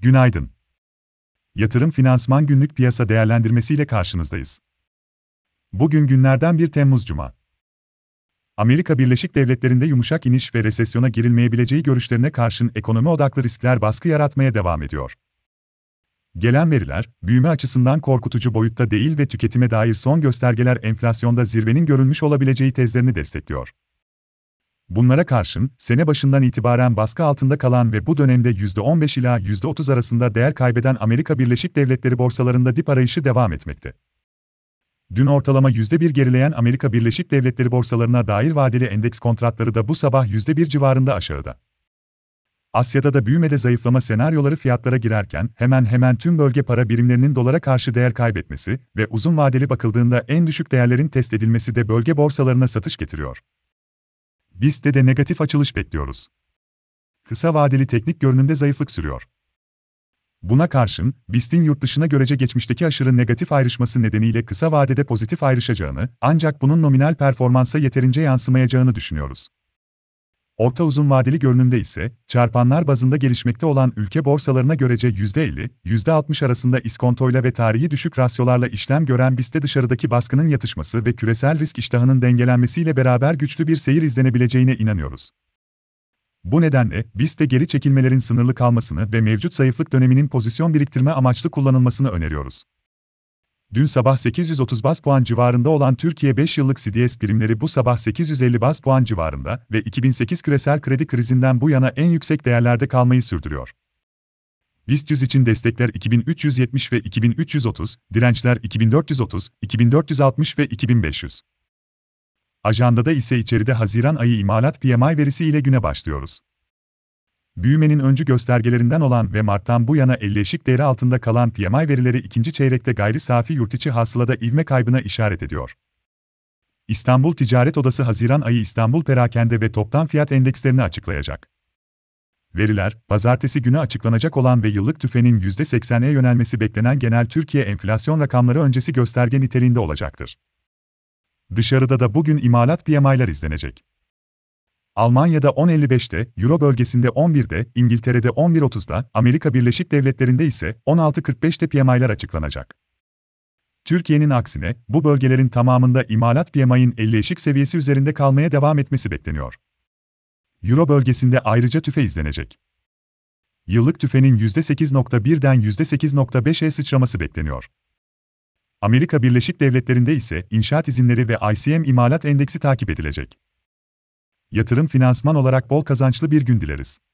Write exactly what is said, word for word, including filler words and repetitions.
Günaydın. Yatırım Finansman Günlük Piyasa Değerlendirmesi ile karşınızdayız. Bugün günlerden bir Temmuz Cuma. Amerika Birleşik Devletleri'nde yumuşak iniş ve resesyona girilmeyebileceği görüşlerine karşın ekonomi odaklı riskler baskı yaratmaya devam ediyor. Gelen veriler, büyüme açısından korkutucu boyutta değil ve tüketime dair son göstergeler enflasyonda zirvenin görülmüş olabileceği tezlerini destekliyor. Bunlara karşın, sene başından itibaren baskı altında kalan ve bu dönemde yüzde on beş ila yüzde otuz arasında değer kaybeden Amerika Birleşik Devletleri borsalarında dip arayışı devam etmekte. Dün ortalama yüzde bir gerileyen Amerika Birleşik Devletleri borsalarına dair vadeli endeks kontratları da bu sabah yüzde bir civarında aşağıda. Asya'da da büyümede zayıflama senaryoları fiyatlara girerken hemen hemen tüm bölge para birimlerinin dolara karşı değer kaybetmesi ve uzun vadeli bakıldığında en düşük değerlerin test edilmesi de bölge borsalarına satış getiriyor. B I S T'te de negatif açılış bekliyoruz. Kısa vadeli teknik görünümde zayıflık sürüyor. Buna karşın, B I S T'in yurt dışına görece geçmişteki aşırı negatif ayrışması nedeniyle kısa vadede pozitif ayrışacağını, ancak bunun nominal performansa yeterince yansımayacağını düşünüyoruz. Orta uzun vadeli görünümde ise, çarpanlar bazında gelişmekte olan ülke borsalarına görece yüzde elli, yüzde altmış arasında iskontoyla ve tarihi düşük rasyolarla işlem gören B I S T'te dışarıdaki baskının yatışması ve küresel risk iştahının dengelenmesiyle beraber güçlü bir seyir izlenebileceğine inanıyoruz. Bu nedenle, B I S T'te geri çekilmelerin sınırlı kalmasını ve mevcut zayıflık döneminin pozisyon biriktirme amaçlı kullanılmasını öneriyoruz. Dün sabah sekiz yüz otuz baz puan civarında olan Türkiye beş yıllık C D S primleri bu sabah sekiz yüz elli baz puan civarında ve iki bin sekiz küresel kredi krizinden bu yana en yüksek değerlerde kalmayı sürdürüyor. BIST yüz için destekler iki bin üç yüz yetmiş ve iki bin üç yüz otuz, dirençler iki bin dört yüz otuz, iki bin dört yüz altmış ve iki bin beş yüz. Ajandada ise içeride Haziran ayı imalat P M I verisi ile güne başlıyoruz. Büyümenin öncü göstergelerinden olan ve Mart'tan bu yana elli eşik değeri altında kalan P M I verileri ikinci çeyrekte gayri safi yurtiçi hasılada ivme kaybına işaret ediyor. İstanbul Ticaret Odası Haziran ayı İstanbul perakende ve toptan fiyat endekslerini açıklayacak. Veriler, pazartesi günü açıklanacak olan ve yıllık tüfenin yüzde seksene yönelmesi beklenen genel Türkiye enflasyon rakamları öncesi gösterge niteliğinde olacaktır. Dışarıda da bugün imalat P M I'ler izlenecek. Almanya'da on elli beşte, Euro bölgesinde on birde, İngiltere'de on bir otuzda, Amerika Birleşik Devletleri'nde ise on altı kırk beşte P M I'ler açıklanacak. Türkiye'nin aksine, bu bölgelerin tamamında imalat P M I'nin elli eşik seviyesi üzerinde kalmaya devam etmesi bekleniyor. Euro bölgesinde ayrıca tüfe izlenecek. Yıllık tüfenin yüzde sekiz nokta birden yüzde sekiz nokta beşe sıçraması bekleniyor. Amerika Birleşik Devletleri'nde ise inşaat izinleri ve I C M imalat endeksi takip edilecek. Yatırım finansman olarak bol kazançlı bir gün dileriz.